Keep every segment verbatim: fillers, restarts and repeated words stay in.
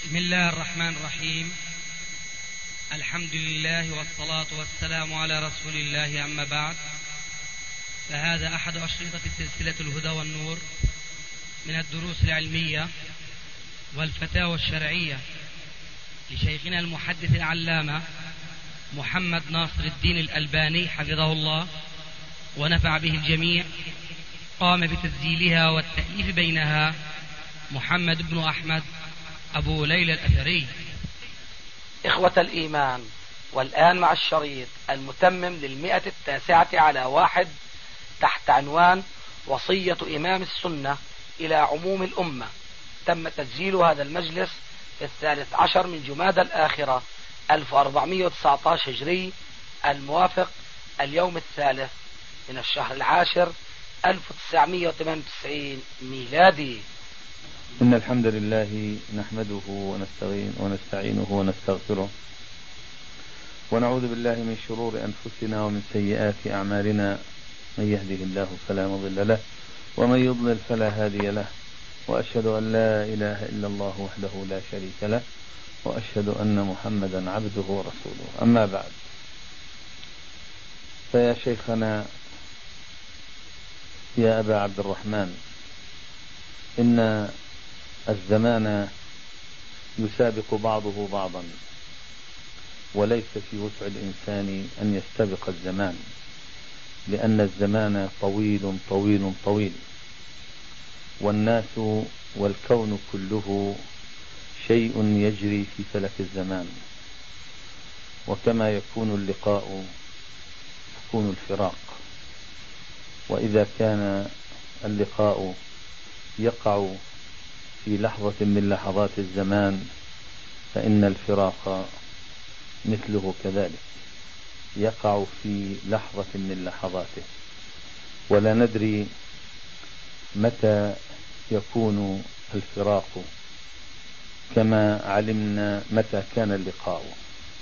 بسم الله الرحمن الرحيم. الحمد لله والصلاة والسلام على رسول الله، أما بعد، فهذا أحد أشرطة سلسلة الهدى والنور من الدروس العلمية والفتاوى الشرعية لشيخنا المحدث العلامة محمد ناصر الدين الألباني حفظه الله ونفع به الجميع. قام بتسجيلها والتأليف بينها محمد بن أحمد أبو ليلى الأثري. إخوة الإيمان، والآن مع الشريط المتمم للمئة التاسعة على واحد تحت عنوان وصية إمام السنة إلى عموم الأمة. تم تسجيل هذا المجلس في الثالث عشر من جمادى الآخرة ألف وأربعمائة وتسعة عشر هجري، الموافق اليوم الثالث من الشهر العاشر ألف وتسعمائة وثمانية وتسعين ميلادي. إن الحمد لله نحمده ونستعين ونستعينه ونستغفره، ونعوذ بالله من شرور أنفسنا ومن سيئات أعمالنا. من يهده الله فلا مضل له، ومن يضلل فلا هادي له، وأشهد أن لا إله إلا الله وحده لا شريك له، وأشهد أن محمدا عبده ورسوله. أما بعد، فيا شيخنا يا أبا عبد الرحمن، إن الزمان يسابق بعضه بعضا، وليس في وسع الإنسان أن يستبق الزمان، لأن الزمان طويل طويل طويل، والناس والكون كله شيء يجري في فلك الزمان. وكما يكون اللقاء يكون الفراق، وإذا كان اللقاء يقع في لحظة من لحظات الزمان، فإن الفراق مثله كذلك يقع في لحظة من لحظاته، ولا ندري متى يكون الفراق، كما علمنا متى كان اللقاء.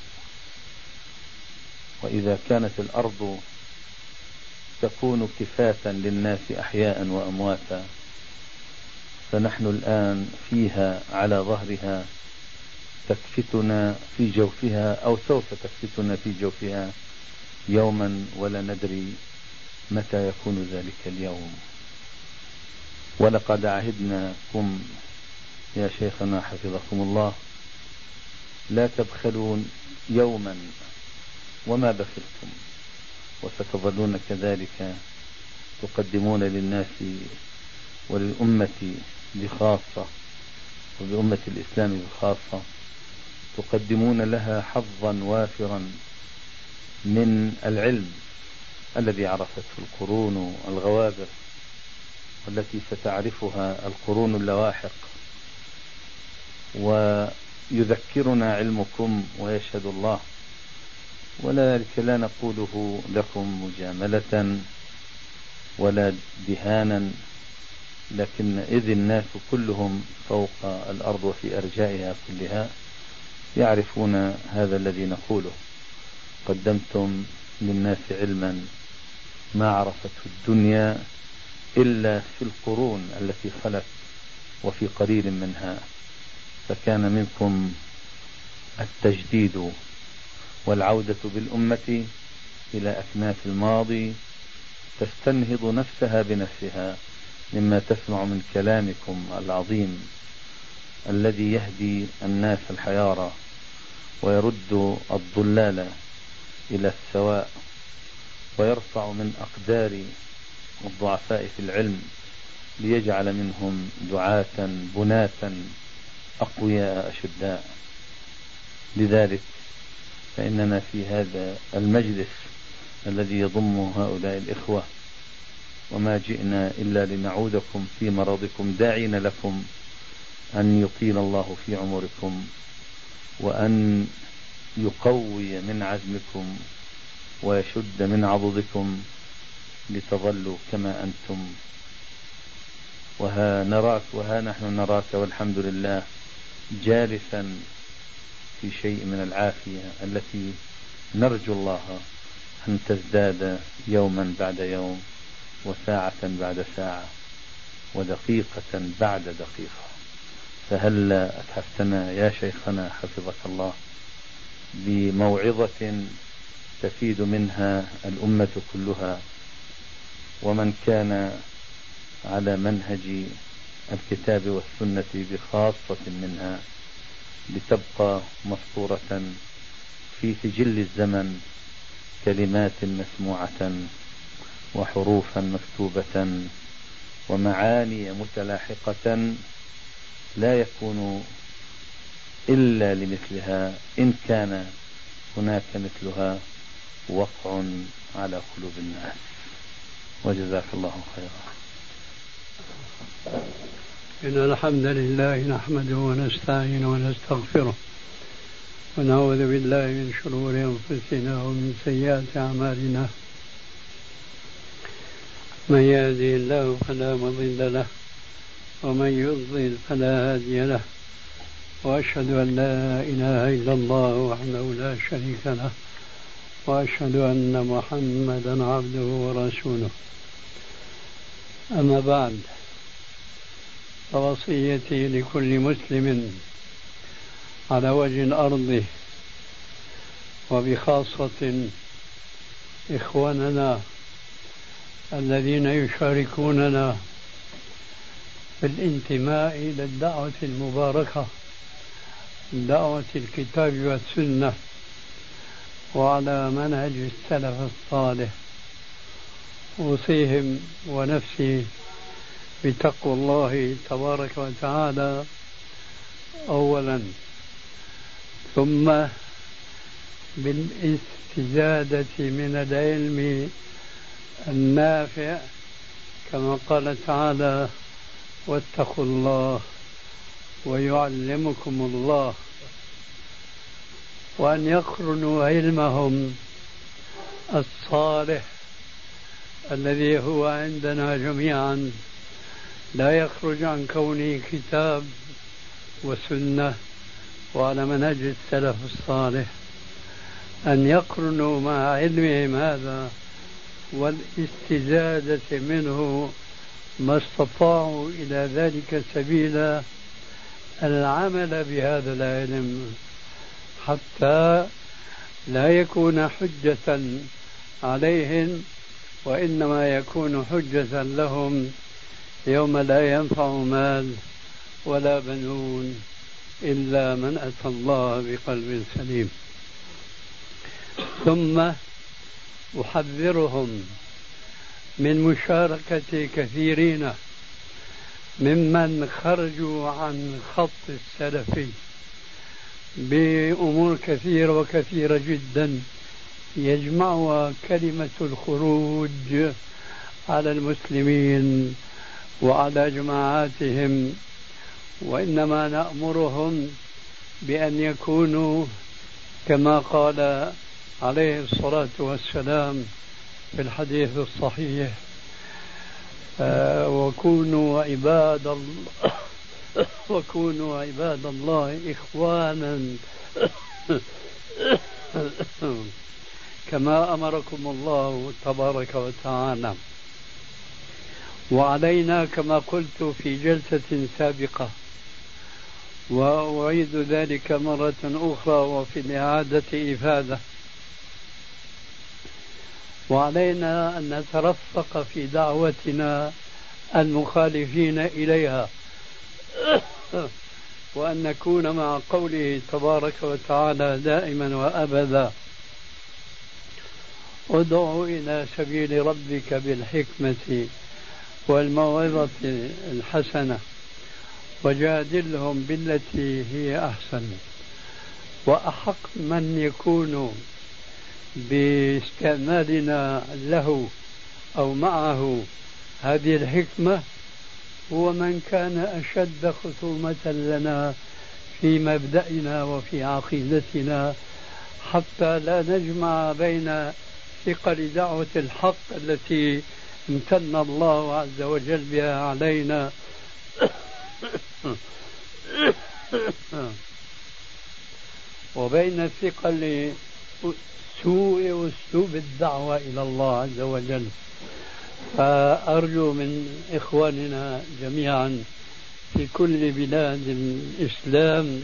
وإذا كانت الأرض تكون كفاة للناس أحياء وأمواتا، فنحن الآن فيها على ظهرها، تكفتنا في جوفها أو سوف تكفتنا في جوفها يوما، ولا ندري متى يكون ذلك اليوم. ولقد عهدناكم يا شيخنا حفظكم الله لا تبخلون يوما وما بخلتم، وستظلون كذلك تقدمون للناس وللأمة بخاصة وبأمة الإسلام بخاصة، تقدمون لها حظا وافرا من العلم الذي عرفته القرون الغوابر، والتي ستعرفها القرون اللواحق. ويذكرنا علمكم ويشهد الله، ولذلك لا نقوله لكم مجاملة ولا دهانا، لكن إذ الناس كلهم فوق الأرض وفي أرجائها كلها يعرفون هذا الذي نقوله. قدمتم للناس علما ما عرفته الدنيا إلا في القرون التي خلت وفي قليل منها، فكان منكم التجديد والعودة بالأمة إلى أكناف الماضي، تستنهض نفسها بنفسها مما تسمع من كلامكم العظيم الذي يهدي الناس الحيارى ويرد الضلال إلى السواء، ويرفع من أقدار الضعفاء في العلم ليجعل منهم دعاة بناة أقوياء أشداء. لذلك فإننا في هذا المجلس الذي يضم هؤلاء الإخوة وما جئنا إلا لنعودكم في مرضكم، داعين لكم أن يطيل الله في عمركم، وأن يقوي من عزمكم ويشد من عضدكم لتظلوا كما أنتم. وها نراك وها نحن نراك والحمد لله جالسا في شيء من العافية التي نرجو الله أن تزداد يوما بعد يوم، وساعة بعد ساعة، ودقيقة بعد دقيقة. فهل أتحفتنا يا شيخنا حفظك الله بموعظة تفيد منها الأمة كلها ومن كان على منهج الكتاب والسنة بخاصة منها، لتبقى مسطورة في سجل الزمن كلمات مسموعة وحروفا مكتوبة ومعاني متلاحقة لا يكون إلا لمثلها إن كان هناك مثلها وقع على قلوب الناس. وجزاك الله خيرا. إن الحمد لله نحمده ونستعينه ونستغفره ونعوذ بالله من شرور أنفسنا ومن سيئات أعمالنا. من يهده الله فلا مضل له ومن يضلل فلا هادي له، وأشهد أن لا إله إلا الله وحده لا شريك له، وأشهد أن محمدا عبده ورسوله. أما بعد، فوصيتي لكل مسلم على وجه الأرض وبخاصة إخواننا الذين يشاركوننا في الانتماء إلى الدعوة المباركة، دعوة الكتاب والسنة وعلى منهج السلف الصالح، أوصيهم ونفسي بتقوى الله تبارك وتعالى أولا، ثم بالاستزادة من العلم النافع كما قال تعالى: واتقوا الله ويعلمكم الله. وأن يقرنوا علمهم الصالح الذي هو عندنا جميعا لا يخرج عن كونه كتاب وسنة وعلى منهج السلف الصالح، أن يقرنوا مع علمهم هذا والاستزادة منه ما استطاعوا إلى ذلك سبيلا، العمل بهذا العلم حتى لا يكون حجة عليهم، وإنما يكون حجة لهم يوم لا ينفع مال ولا بنون إلا من أتى الله بقلب سليم. ثم أحذرهم من مشاركة كثيرين ممن خرجوا عن خط السلفي بأمور كثيرة وكثيرة جدا يجمعها كلمة الخروج على المسلمين وعلى جماعاتهم، وإنما نأمرهم بأن يكونوا كما قال عليه الصلاة والسلام في الحديث الصحيح: آه وكونوا عباد الله وكونوا عباد الله إخوانا كما أمركم الله تبارك وتعالى. وعلينا كما قلت في جلسة سابقة وأعيد ذلك مرة أخرى وفي الإعادة إفادة، وعلينا أن نترفق في دعوتنا المخالفين إليها، وأن نكون مع قوله تبارك وتعالى دائما وأبدا: ادع إلى سبيل ربك بالحكمة والموعظة الحسنة وجادلهم بالتي هي أحسن. وأحق من يكون باستعمالنا له أو معه هذه الحكمة هو من كان أشد خصومة لنا في مبدأنا وفي عقيدتنا، حتى لا نجمع بين ثقل دعوة الحق التي امتن الله عز وجل بها علينا وبين ثقل سوء أسلوب الدعوة إلى الله عز وجل. فأرجو من إخواننا جميعا في كل بلاد الإسلام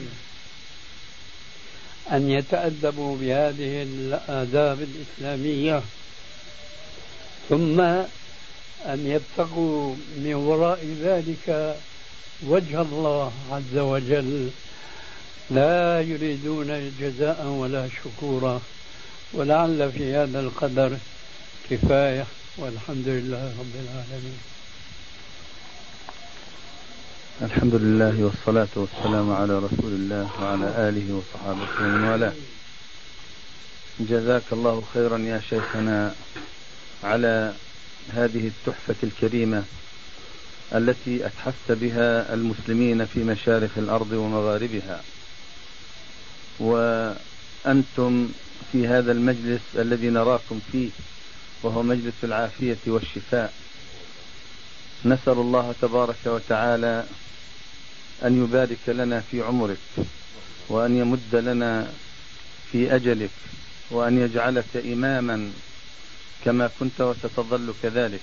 أن يتأدبوا بهذه الآداب الإسلامية، ثم أن يبتغوا من وراء ذلك وجه الله عز وجل، لا يريدون جزاء ولا شكورا. ولعل في هذا القدر كفاية، والحمد لله رب العالمين. الحمد لله والصلاة والسلام على رسول الله وعلى آله وصحابته ومن والاه. جزاك الله خيرا يا شيخنا على هذه التحفة الكريمة التي أتحفت بها المسلمين في مشارق الأرض ومغاربها، وأنتم في هذا المجلس الذي نراكم فيه وهو مجلس العافية والشفاء. نسأل الله تبارك وتعالى أن يبارك لنا في عمرك، وأن يمد لنا في أجلك، وأن يجعلك إماما كما كنت وستظل كذلك.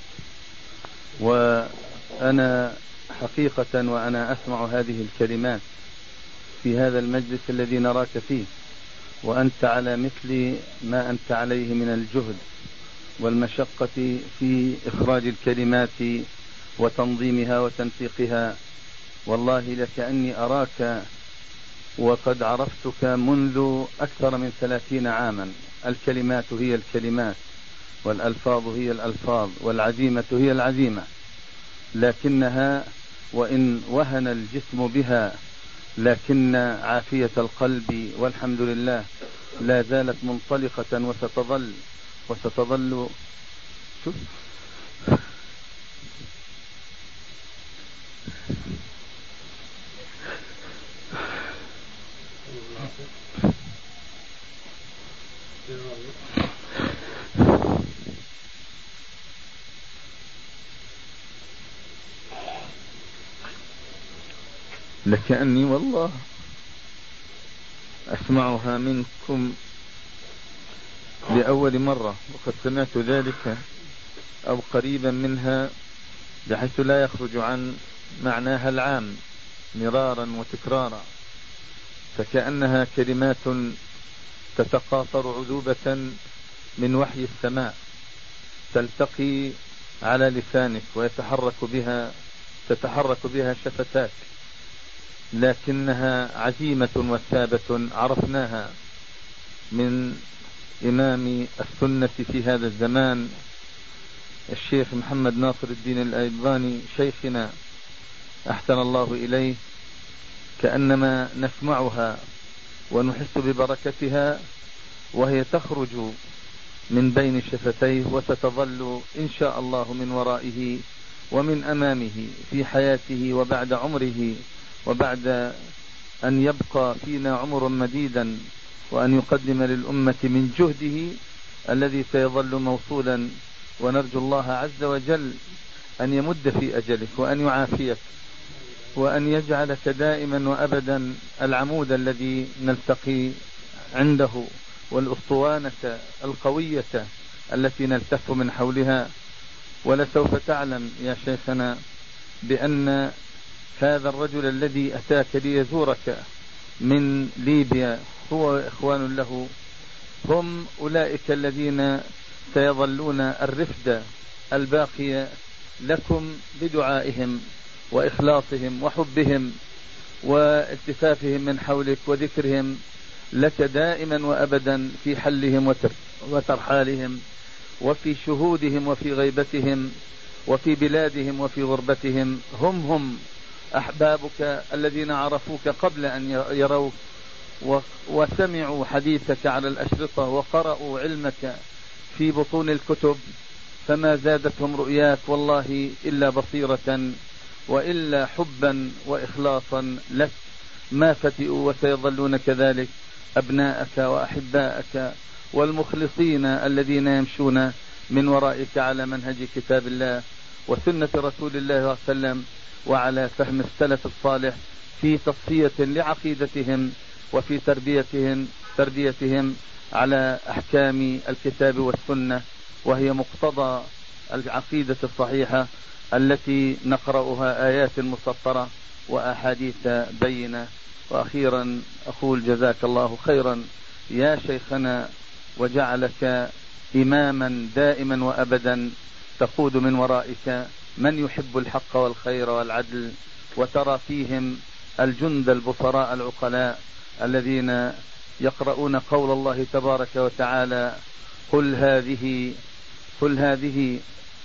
وأنا حقيقة وأنا أسمع هذه الكلمات في هذا المجلس الذي نراك فيه، وأنت على مثل ما أنت عليه من الجهد والمشقة في إخراج الكلمات وتنظيمها وتنسيقها، والله لكأني أراك وقد عرفتك منذ أكثر من ثلاثين عاما. الكلمات هي الكلمات، والألفاظ هي الألفاظ، والعزيمة هي العزيمة، لكنها وإن وهن الجسم بها لكن عافية القلب والحمد لله لا زالت منطلقة وستظل وستظل شوف لكأني والله أسمعها منكم لأول مرة، وقد سمعت ذلك أو قريبا منها بحيث لا يخرج عن معناها العام مرارا وتكرارا، فكأنها كلمات تتقاطر عذوبة من وحي السماء تلتقي على لسانك ويتحرك بها تتحرك بها شفتاك، لكنها عزيمة وثابة عرفناها من إمام السنة في هذا الزمان الشيخ محمد ناصر الدين الألباني شيخنا أحسن الله إليه، كأنما نسمعها ونحس ببركتها وهي تخرج من بين شفتيه وتتظل إن شاء الله من ورائه ومن أمامه في حياته وبعد عمره، وبعد أن يبقى فينا عمر مديدا، وأن يقدم للأمة من جهده الذي سيظل موصولا. ونرجو الله عز وجل أن يمد في أجلك وأن يعافيك وأن يجعلك دائما وأبدا العمود الذي نلتقي عنده والأسطوانة القوية التي نلتف من حولها. ولسوف تعلم يا شيخنا بأن هذا الرجل الذي أتاك ليزورك من ليبيا هو إخوان له، هم أولئك الذين سيظلون الرفد الباقي لكم بدعائهم وإخلاصهم وحبهم والتفافهم من حولك وذكرهم لك دائما وأبدا في حلهم وترحالهم وفي شهودهم وفي غيبتهم وفي بلادهم وفي غربتهم. هم هم أحبابك الذين عرفوك قبل أن يروك وسمعوا حديثك على الأشرطة وقرأوا علمك في بطون الكتب، فما زادتهم رؤياك والله إلا بصيرة وإلا حبا وإخلاصا لك. ما فتئوا وسيظلون كذلك أبناءك وأحباءك والمخلصين الذين يمشون من ورائك على منهج كتاب الله وسنة رسول الله صلى الله عليه وسلم وعلى فهم السلف الصالح في تصفية لعقيدتهم وفي تربيتهم تربيتهم على أحكام الكتاب والسنة، وهي مقتضى العقيدة الصحيحة التي نقرأها آيات مسطرة وأحاديث بينة. وأخيرا أقول جزاك الله خيرا يا شيخنا، وجعلك إماما دائما وأبدا تقود من ورائك من يحب الحق والخير والعدل، وترى فيهم الجند البصراء العقلاء الذين يقرؤون قول الله تبارك وتعالى: قل هذه قل هذه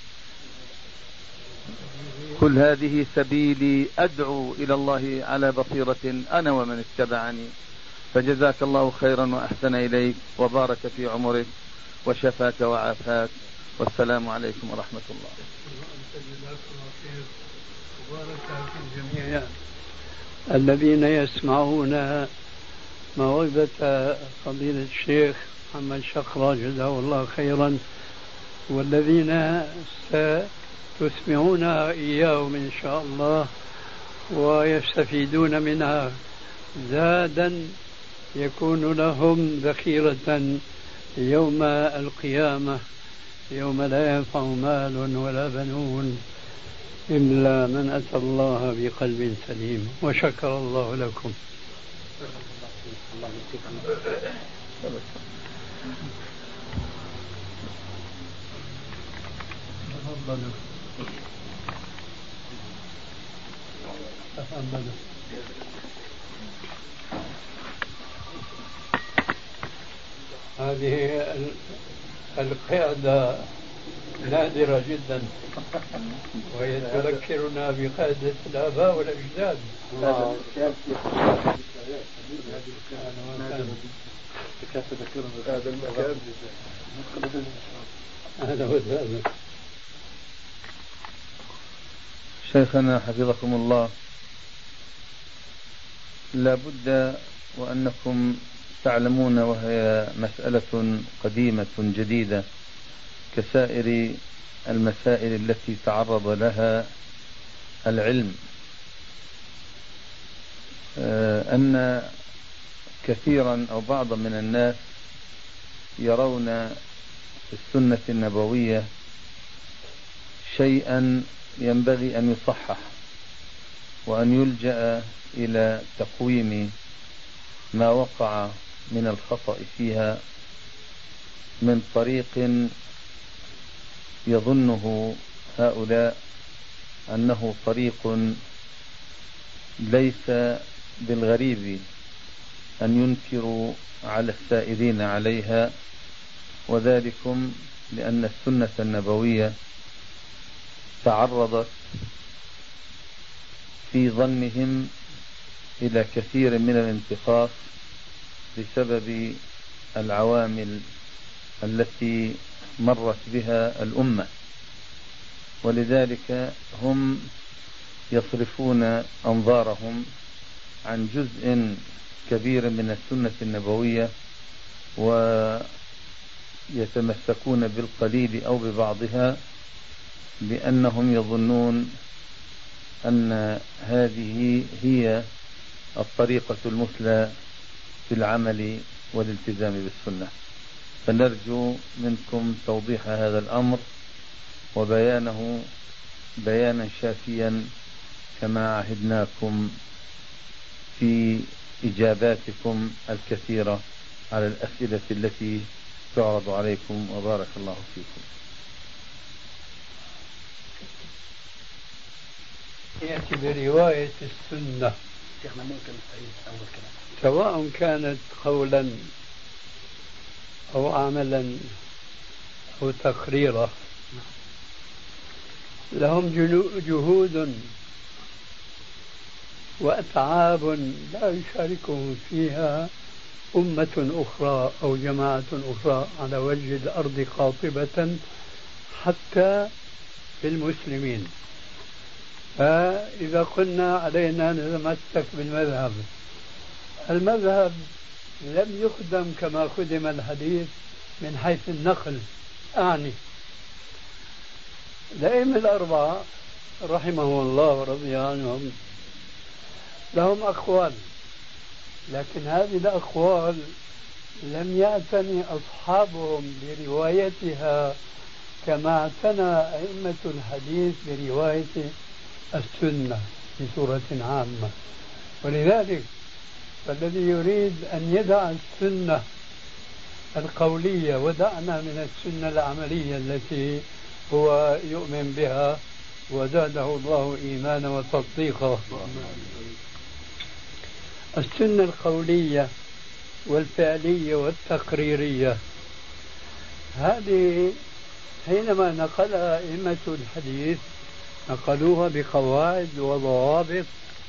قل هذه سبيلي أدعو إلى الله على بصيرة أنا ومن اتبعني. فجزاك الله خيرا وأحسن إليك وبارك في عمرك وشفاك وعافاك، والسلام عليكم ورحمة الله. وبارك في الجميع الذين يسمعون موعظة فضيلة الشيخ محمد شقرة جزاه الله خيرا، والذين ستسمعونها إياهم إن شاء الله ويستفيدون منها زادا يكون لهم ذخيرة يوم القيامة، يوم لا ينفع مال ولا بنون إلا من أتى الله بقلب سليم. وشكر الله لكم. هذه القيادة نادرة جدا، وهي تذكرنا بقيادة الآباء والأجداد. شيخنا حفظكم الله، لا بد وأنكم تعلمون، وهي مسألة قديمة جديدة كسائر المسائل التي تعرض لها العلم، أن كثيرا أو بعضا من الناس يرون في السنة النبوية شيئا ينبغي أن يصحح، وأن يلجأ إلى تقويم ما وقع من الخطأ فيها من طريق يظنه هؤلاء أنه طريق ليس بالغريب أن ينكروا على السائرين عليها، وذلكم لأن السنة النبوية تعرضت في ظنهم إلى كثير من الانتقاص بسبب العوامل التي مرت بها الأمة، ولذلك هم يصرفون أنظارهم عن جزء كبير من السنة النبوية ويتمسكون بالقليل أو ببعضها، لأنهم يظنون أن هذه هي الطريقة المثلى في العمل والالتزام بالسنة. فنرجو منكم توضيح هذا الأمر وبيانه بيانا شافيا كما عهدناكم في إجاباتكم الكثيرة على الأسئلة التي تعرض عليكم، وبارك الله فيكم. يأتي برواية السنة سواء كانت قولا أو عملا أو تقريرا، لهم جهود وأتعاب لا يشاركهم فيها أمة أخرى أو جماعة أخرى على وجه الأرض قاطبة حتى في المسلمين. فإذا قلنا علينا نتمسك بالمذهب، المذهب لم يخدم كما خدم الحديث من حيث النقل. أعني الأئمة الأربعة رحمهم الله ورضي عنهم لهم أقوال، لكن هذه الأقوال لم يعتني أصحابهم بروايتها كما اعتنى أئمة الحديث برواية السنة. بصورة عامة. ولذلك فالذي يريد أن يدع السنة القولية ودعنا من السنة العملية التي هو يؤمن بها وزاده الله إيمانا وتصديقا. السنة القولية والفعلية والتقريرية هذه حينما نقلها أئمة الحديث نقلوها بقواعد وضوابط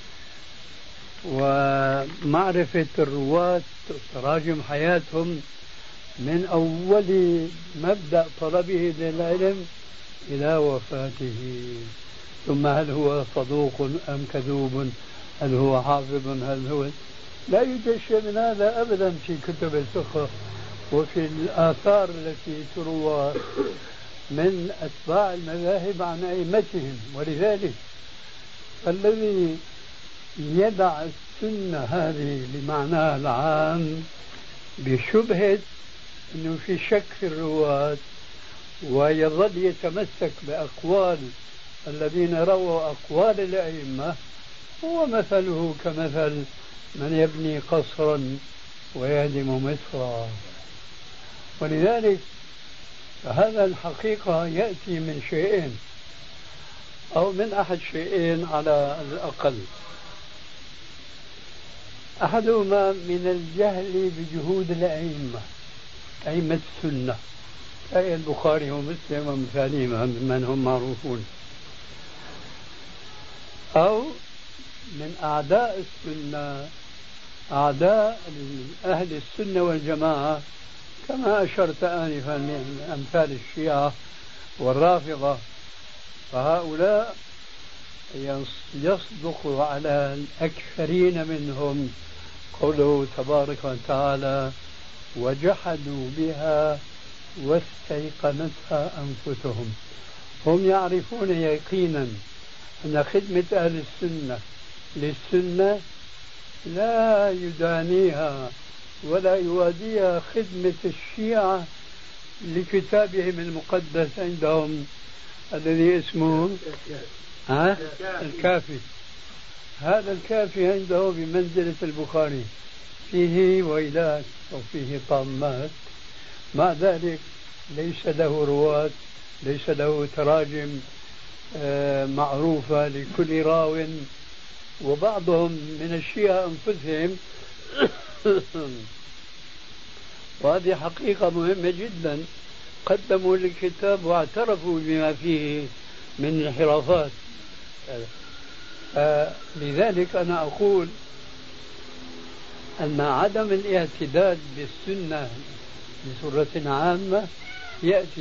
ومعرفة الرواة تراجم حياتهم من أول مبدأ طلبه للعلم إلى وفاته، ثم هل هو صدوق أم كذوب، هل هو حافظ، هل هو لا يوجد شيء من هذا أبدا في كتب الفقه وفي الآثار التي تروى من أتباع المذاهب عن أئمتهم. ولذلك الذي يدع السنة هذه بمعناها العام بشبهة أنه في شك في الرواة ويظل يتمسك بأقوال الذين رووا أقوال الأئمة هو مثله كمثل من يبني قصرا ويهدم مصرا. ولذلك هذا الحقيقة يأتي من شيئين أو من أحد شيئين على الأقل. أحدهما من الجهل بجهود الأئمة، أئمة السنة أي البخاري ومسلم ومثالهما ممن هم معروفون، أو من أعداء السنة، أعداء أهل السنة والجماعة كما أشرت آنفا من أمثال الشيعة والرافضة. فهؤلاء يصدق على الأكثرين منهم قوله تبارك وتعالى وجحدوا بها واستيقنتها أنفسهم. هم يعرفون يقينا أن خدمة أهل السنة للسنة لا يدانيها ولا يواديها خدمة الشيعة لكتابهم المقدس عندهم الذي اسمه ها؟ الكافي. هذا الكافي عنده بمنزلة البخاري، فيه ويلات وفيه طامات، مع ذلك ليس له رواة، ليس له تراجم معروفة لكل راو. وبعضهم من الشيعة أنفسهم وهذه حقيقة مهمة جدا قدموا للكتاب واعترفوا بما فيه من انحرافات. لذلك أنا أقول أن عدم الاعتداد بالسنة بصورة عامة يأتي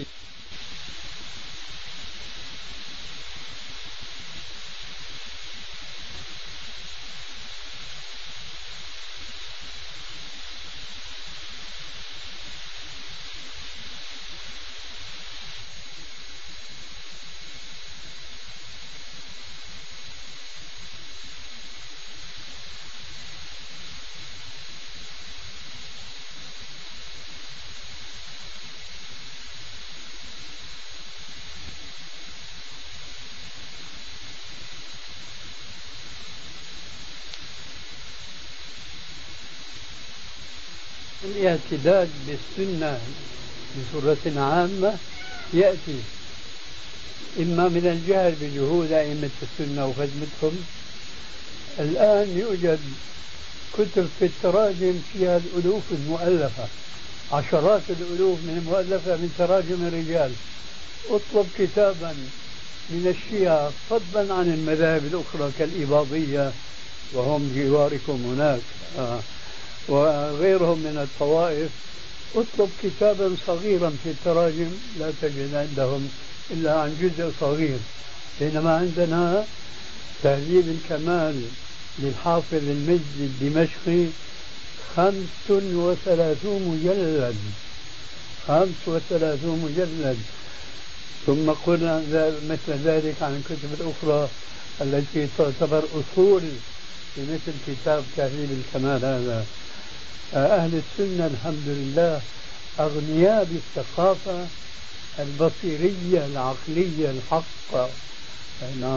الاعتداد بالسنة بصورة عامة يأتي إما من الجهل بجهود أئمة السنة وخدمتهم. الآن يوجد كتب في التراجم فيها الألوف المؤلفة، عشرات الألوف من المؤلفة من تراجم الرجال. اطلب كتابا من الشيعة فضلا عن المذاهب الأخرى كالإباضية وهم جواركم هناك آه. وغيرهم من الطوائف، اطلب كتابا صغيرا في التراجم لا تجد عندهم إلا عن جزء صغير، بينما عندنا تهذيب الكمال للحافظ المجد الدمشقي خمس وثلاثون مجلد خمس وثلاثون مجلد. ثم قلنا مثل ذلك عن الكتب الأخرى التي تعتبر أصول في مثل كتاب تهذيب الكمال هذا. أهل السنة الحمد لله أغنياء بالثقافة البصيرية العقلية الحقة. نعم.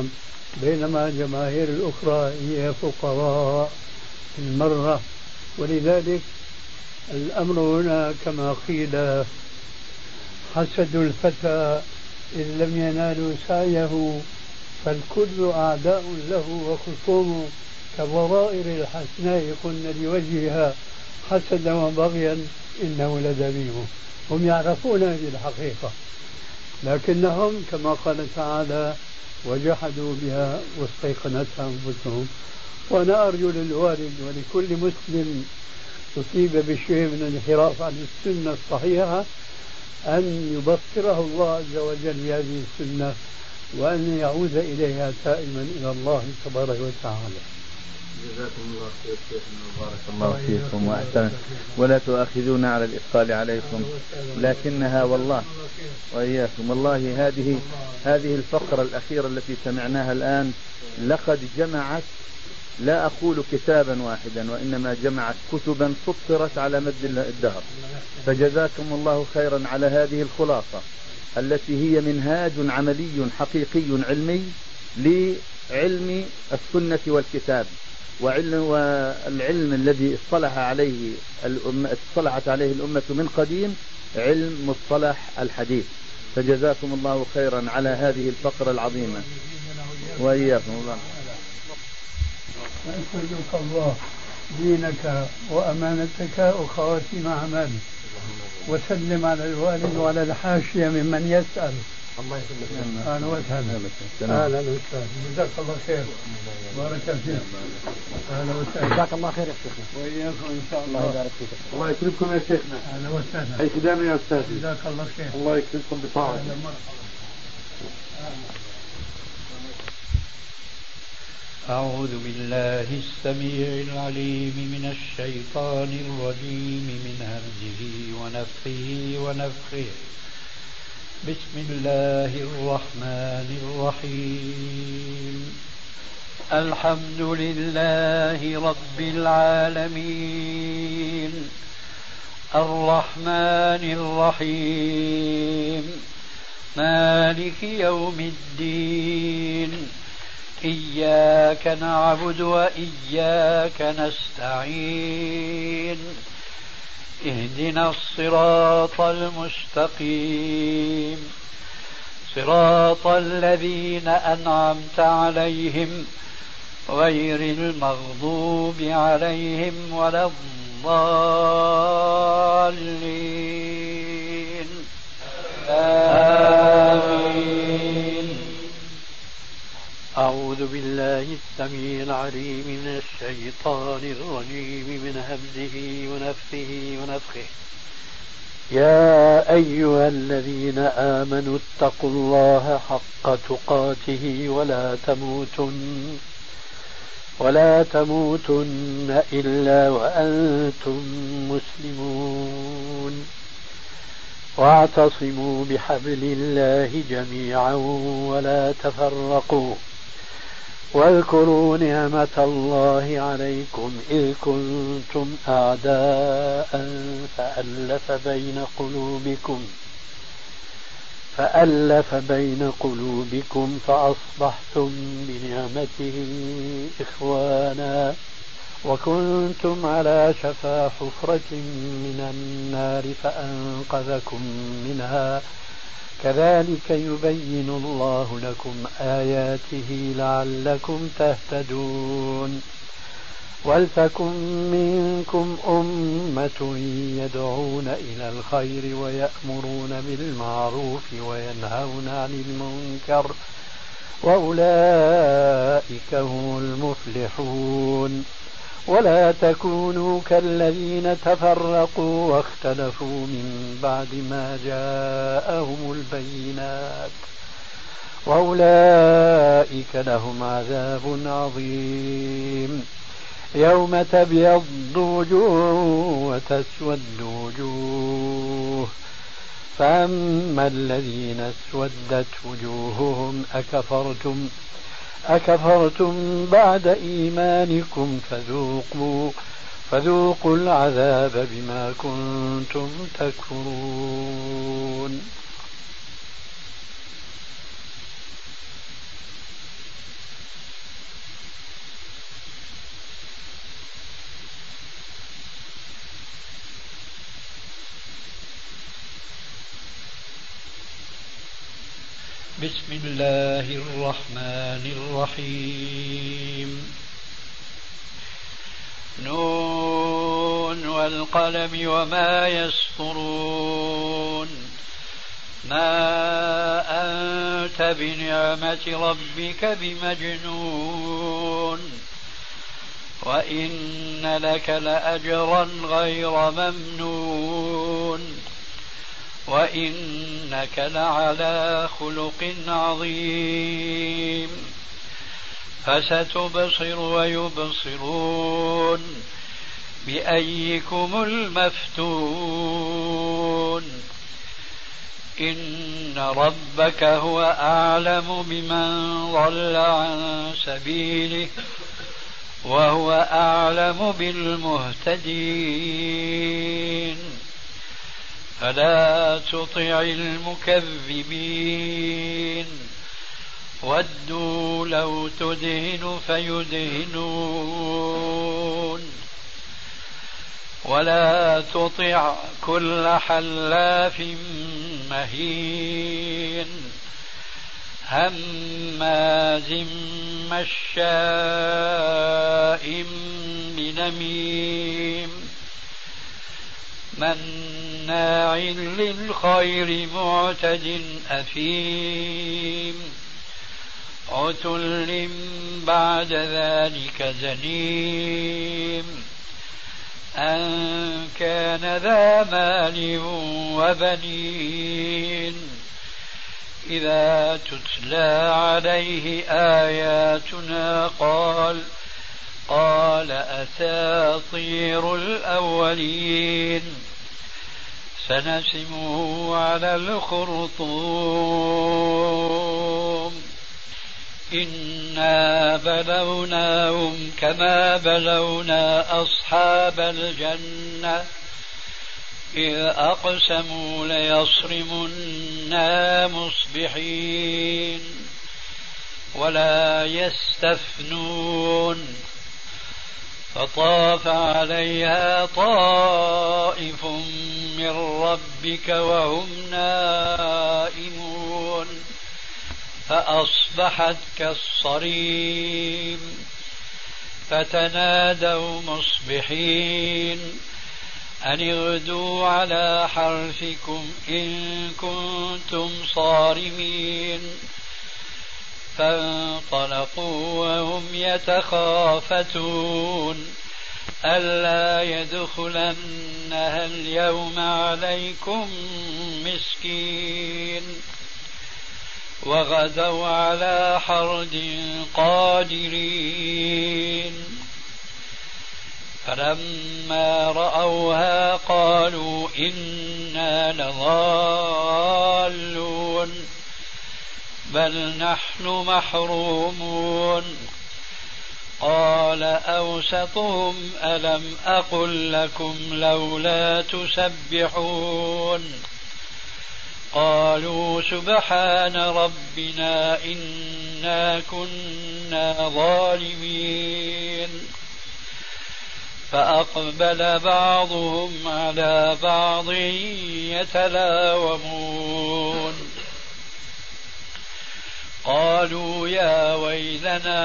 بينما جماهير الأخرى هي فقراء المرة. ولذلك الأمر هنا كما قيل حسد الفتى إن لم ينالوا سعيه فالكل أعداء له وخصوم كضرائر الحسناء قلنا لوجهها حسدا وبغيا إنه لذميم. هم يعرفون هذه الحقيقة لكنهم كما قال تعالى وجحدوا بها واستيقنتها أنفسهم. وأنا أرجو للوالد ولكل مسلم أصيب بشيء من الانحراف عن السنة الصحيحة أن يبصره الله عز وجل بهذه السنة وأن يعود إليها تائما إلى الله تبارك وتعالى. جزاكم الله خير شيخنا وبارك الله فيكم وأحسن، ولا تؤاخذونا على الإثقال عليكم، لكنها والله وإياكم والله هذه هذه الفقرة الأخيرة التي سمعناها الآن لقد جمعت لا أقول كتابا واحدا وإنما جمعت كتبا سطرت على مد الدهر. فجزاكم الله خيرا على هذه الخلاصة التي هي منهاج عملي حقيقي علمي لعلم السنة والكتاب وعلم والعلم الذي اصطلح عليه الأمة اصطلحت عليه الأمة من قديم علم مصطلح الحديث. فجزاكم الله خيرا على هذه الفقرة العظيمة وإياكم الله. أسألك الله دينك وأمانتك وخواتيم أعمالك، وسلم على الوالد وعلى الحاشية ممن يسأل. الله يسلمك. أهلا وسهلا. أهلا وسهلا. جزاك الله خير. بارك فيك. أهلا وسهلا. جزاك الله خير يا شيخنا. وإياكم إن شاء الله. الله يبارك فيك. الله يكرمكم يا شيخنا. أهلا وسهلا. حيث دائما يا أستاذ. جزاك الله خير. الله يكرمكم بطاعته. أهلا مرحبا. أعوذ بالله السميع العليم من الشيطان الرجيم من همزه ونفخه ونفخه. بسم الله الرحمن الرحيم. الحمد لله رب العالمين الرحمن الرحيم مالك يوم الدين إياك نعبد وإياك نستعين اهدنا الصراط المستقيم صراط الذين أنعمت عليهم غير المغضوب عليهم ولا الضالين آمين. أعوذ بالله السميع العليم من الشيطان الرجيم من همزه ونفثه ونفخه. يا أيها الذين آمنوا اتقوا الله حق تقاته ولا تموتن ولا تموتن إلا وأنتم مسلمون واعتصموا بحبل الله جميعا ولا تفرقوا واذكروا نعمة الله عليكم إذ كنتم أعداء فألف بين قلوبكم فألف بين قلوبكم فأصبحتم بنعمته إخوانا وكنتم على شفا حفرة من النار فأنقذكم منها كذلك يبين الله لكم آياته لعلكم تهتدون. ولتكن منكم أمة يدعون إلى الخير ويأمرون بالمعروف وينهون عن المنكر وأولئك هم المفلحون. ولا تكونوا كالذين تفرقوا واختلفوا من بعد ما جاءهم البينات وأولئك لهم عذاب عظيم. يوم تبيض وجوه وتسود وجوه فأما الذين اسودت وجوههم أكفرتم أكفرتم بعد إيمانكم فذوقوا فذوقوا العذاب بما كنتم تكفرون. بسم الله الرحمن الرحيم نون والقلم وما يسطرون ما أنت بنعمة ربك بمجنون وإن لك لأجرا غير ممنون وإنك لعلى خلق عظيم فستبصر ويبصرون بأيكم المفتون إن ربك هو أعلم بمن ضل عن سبيله وهو أعلم بالمهتدين فلا تطع المكذبين ودوا لو تدهن فيدهنون ولا تطع كل حلاف مهين هماز مشاء بنميم مناع للخير معتد أثيم عتل بعد ذلك زنيم أن كان ذا مال وبنين إذا تتلى عليه آياتنا قال قال أساطير الأولين سنسمه على الخرطوم إنا بلوناهم كما بلونا أصحاب الجنة إذ أقسموا ليصرمنا مصبحين ولا يستثنون فطاف عليها طائف من ربك وهم نائمون فأصبحت كالصريم فتنادوا مصبحين أن اغدوا على حرثكم إن كنتم صارمين فانطلقوا وهم يتخافتون ألا يدخلنها اليوم عليكم مسكين وغدوا على حرد قادرين فلما رأوها قالوا إنا لضالون بل نحن محرومون قال أوسطهم ألم أقل لكم لولا تسبحون قالوا سبحان ربنا إنا كنا ظالمين فأقبل بعضهم على بعض يتلاومون قالوا يا ويلنا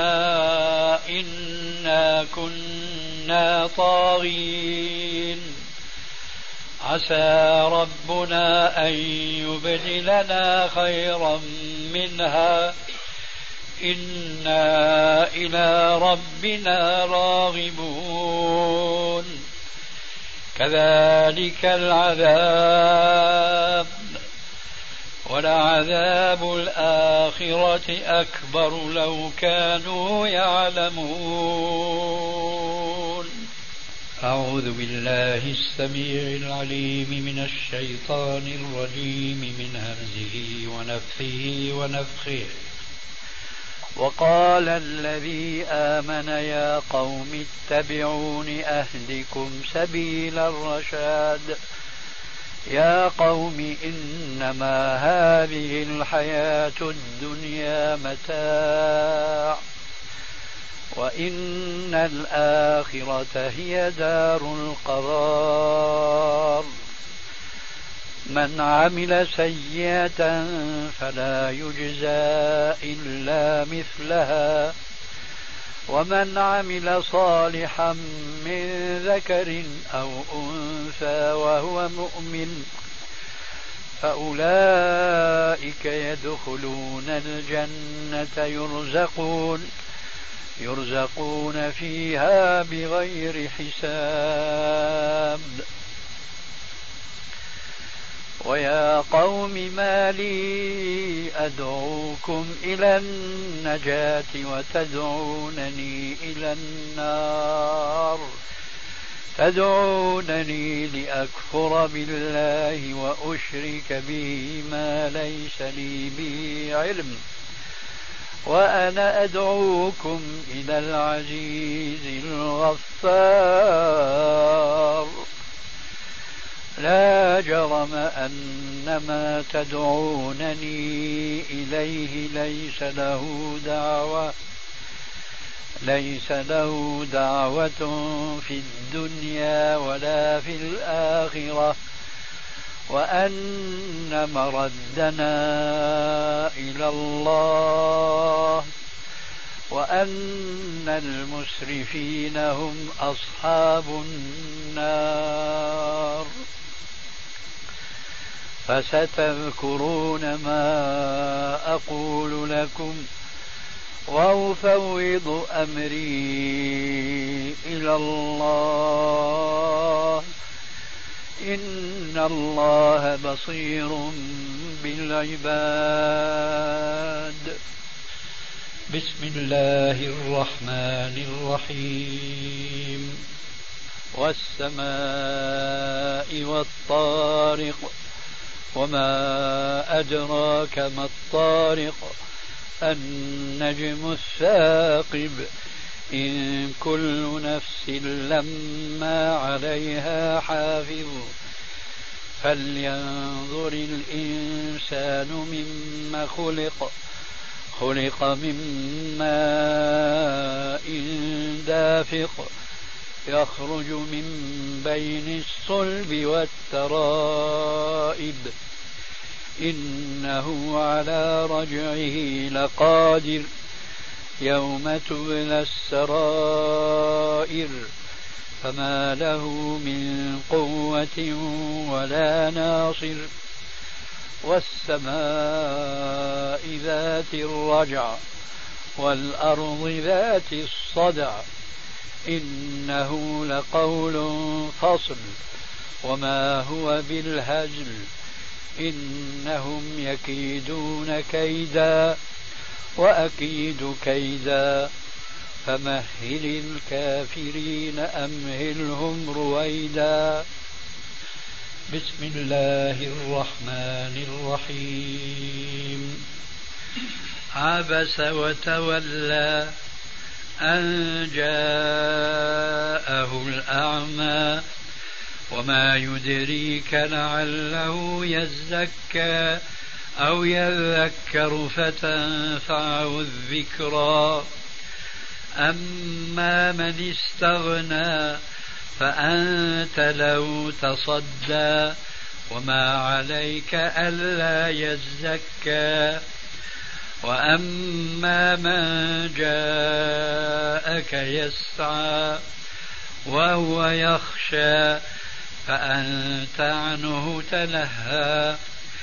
إنا كنا طاغين عسى ربنا أن يبدلنا خيرا منها إنا إلى ربنا راغبون كذلك العذاب ولعذاب الآخرة أكبر لو كانوا يعلمون. أعوذ بالله السميع العليم من الشيطان الرجيم من همزه ونفثه ونفخه. وقال الذي آمن يا قوم اتبعون أهدكم سبيل الرشاد يا قوم إنما هذه الحياة الدنيا متاع وإن الآخرة هي دار القرار من عمل سيئة فلا يجزى إلا مثلها ومن عمل صالحا من ذكر أو أنثى وهو مؤمن فأولئك يدخلون الجنة يرزقون يرزقون فيها بغير حساب. ويا قوم ما لي أدعوكم إلى النجاة وتدعونني إلى النار تدعونني لأكفر بالله وأشرك به ما ليس لي به علم وأنا أدعوكم إلى العزيز الغفار. لا جرم أن ما تدعونني إليه ليس له دعوة ليس له دعوة في الدنيا ولا في الآخرة وأن مردنا إلى الله وأن المسرفين هم أصحاب النار. فستذكرون ما أقول لكم وأفوض أمري إلى الله إن الله بصير بالعباد. بسم الله الرحمن الرحيم. والسماء والطارق وما أدراك ما الطارق النجم الثاقب إن كل نفس لما عليها حافظ فلينظر الإنسان مما خلق خلق من ماء دافق يخرج من بين الصلب والترائب إنه على رجعه لقادر يوم تبلى السرائر فما له من قوة ولا ناصر. والسماء ذات الرجع والأرض ذات الصدع إنه لقول فصل وما هو بالهزل إنهم يكيدون كيدا وأكيد كيدا فمهل الكافرين أمهلهم رويدا. بسم الله الرحمن الرحيم. عبس وتولى أن جاءه الأعمى وما يدريك لعله يزكى أو يذكر فتنفعه الذكرى. أما من استغنى فأنت له تصدى وما عليك ألا يزكى. وأما من جاءك يسعى وهو يخشى فأنت عنه تلهى.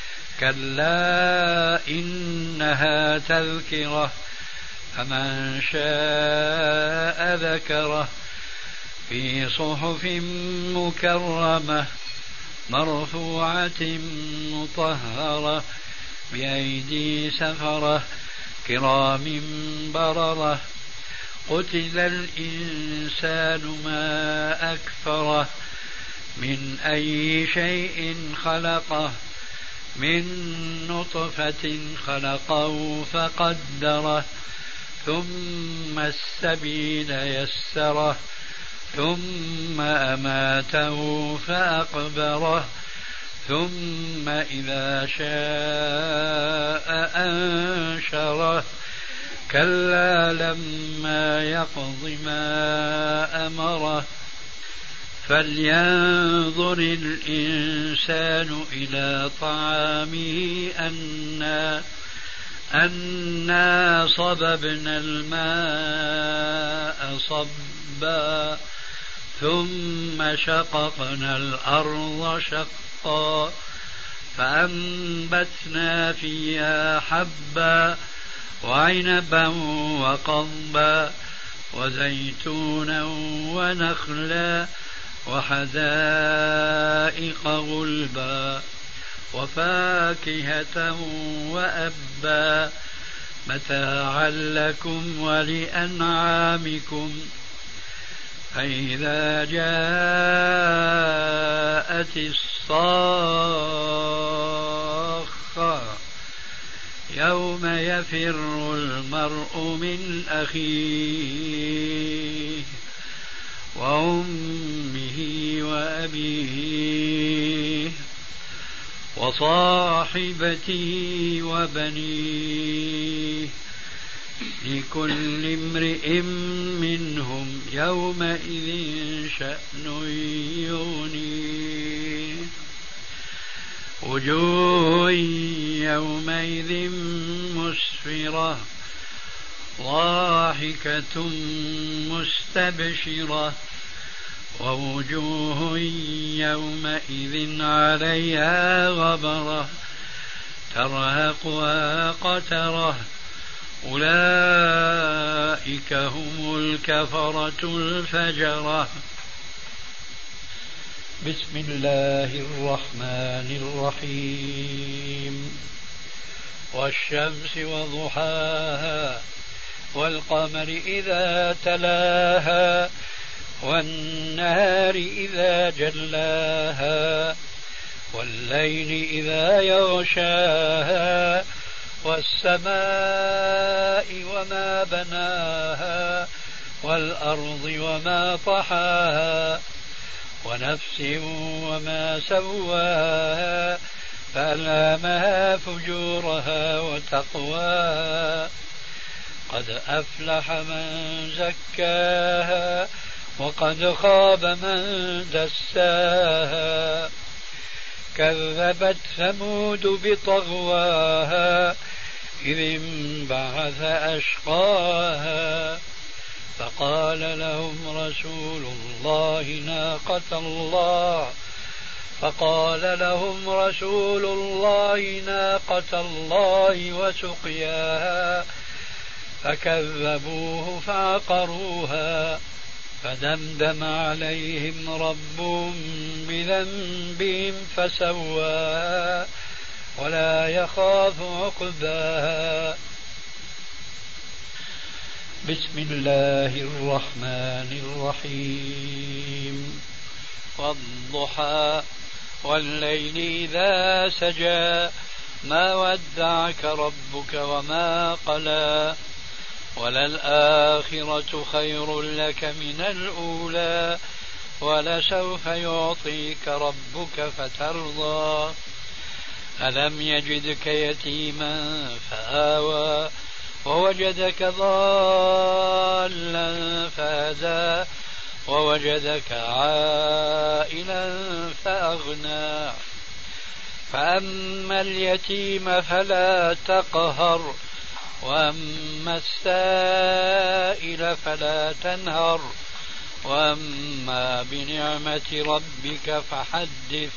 كلا إنها تذكرة فمن شاء ذكره في صحف مكرمة مرفوعة مطهرة بأيدي سفرة كرام بررة. قتل الإنسان ما أكفره من أي شيء خلقه من نطفة خلقه فقدره ثم السبيل يسره ثم أماته فأقبره ثم إذا شاء أنشره. كلا لما يقض ما أمره فلينظر الإنسان إلى طعامه أنا أنا صببنا الماء صبا ثم شققنا الأرض شقا فأنبتنا فيها حبا وعنبا وقضبا وزيتونا ونخلا وحدائق غلبا وفاكهة وأبا متاعا لكم ولأنعامكم فإذا جاءت الصاخة يوم يفر المرء من أخيه وأمه وأبيه وصاحبته وبنيه لكل امرئ منهم يومئذ شأن يغنيه وجوه يومئذ مسفرة ضاحكة مستبشرة ووجوه يومئذ عليها غبرة ترهقها قترة أولئك هم الكفرة الفجرة. بسم الله الرحمن الرحيم والشمس وضحاها والقمر إذا تلاها والنهار إذا جلاها والليل إذا يغشاها والسماء وما بناها والأرض وما طحاها ونفس وما سواها فألهمها فجورها وتقواها قد أفلح من زكاها وقد خاب من دساها كذبت ثمود بطغواها إذ انبعث أشقاها فقال لهم رسول الله ناقة الله فقال لهم رسول الله ناقة الله وسقياها فكذبوه فعقروها فدمدم عليهم ربهم بذنبهم فسواها ولا يخاف عقباها. بسم الله الرحمن الرحيم والضحى والليل إذا سجى ما ودعك ربك وما قلى وللآخرة خير لك من الأولى ولسوف يعطيك ربك فترضى ألم يجدك يتيما فآوى ووجدك ضالا فهدى ووجدك عائلا فأغنى فأما اليتيم فلا تقهر وأما السائل فلا تنهر وأما بنعمة ربك فحدث.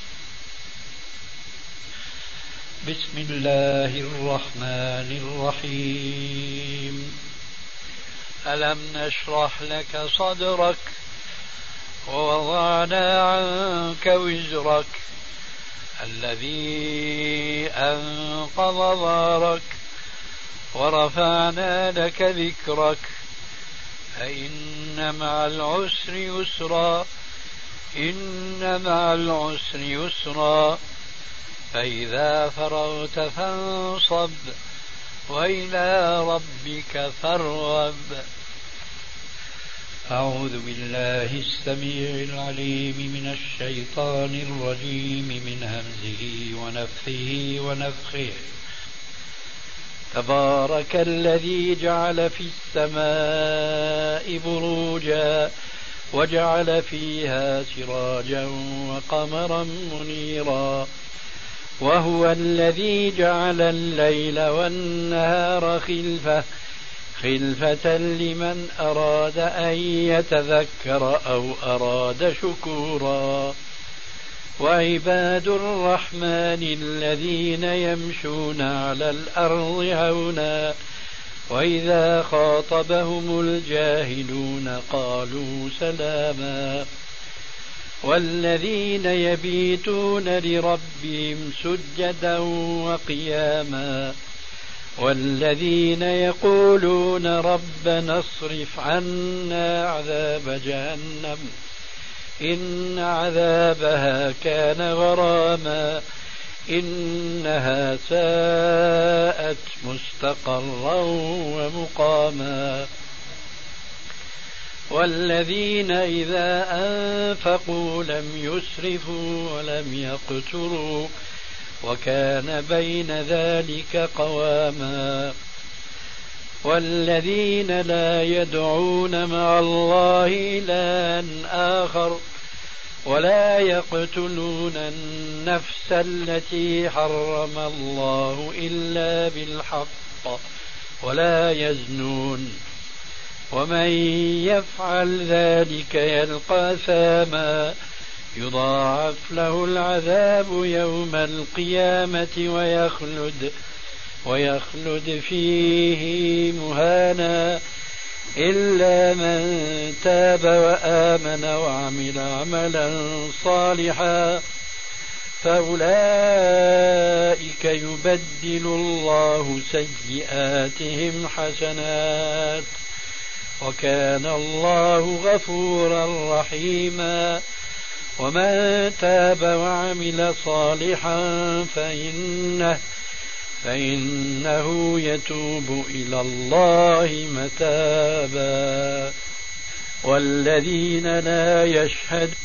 بسم الله الرحمن الرحيم ألم نشرح لك صدرك ووضعنا عنك وزرك الذي أنقض ظهرك ورفعنا لك ذكرك فإن مع العسر يسرا إن مع العسر يسرا فإذا فرغت فانصب وإلى ربك فارغب. أعوذ بالله السميع العليم من الشيطان الرجيم من همزه ونفثه ونفخه. تبارك الذي جعل في السماء بروجا وجعل فيها سراجا وقمرا منيرا وهو الذي جعل الليل والنهار خلفة خلفة لمن أراد أن يتذكر أو أراد شكورا وعباد الرحمن الذين يمشون على الأرض هونا وإذا خاطبهم الجاهلون قالوا سلاما والذين يبيتون لربهم سجدا وقياما والذين يقولون ربنا اصرف عنا عذاب جهنم إن عذابها كان غراما إنها ساءت مستقرا ومقاما والذين إذا أنفقوا لم يسرفوا ولم يقتروا وكان بين ذلك قواما والذين لا يدعون مع الله إلها آخر ولا يقتلون النفس التي حرم الله إلا بالحق ولا يزنون ومن يفعل ذلك يلقى أثاما يضاعف له العذاب يوم القيامة ويخلد ويخلد فيه مهانا إلا من تاب وآمن وعمل عملا صالحا فأولئك يبدل الله سيئاتهم حسنات وكان الله غفورا رحيما ومن تاب وعمل صالحا فإنه فإنه يتوب إلى الله متابا والذين لا يشهد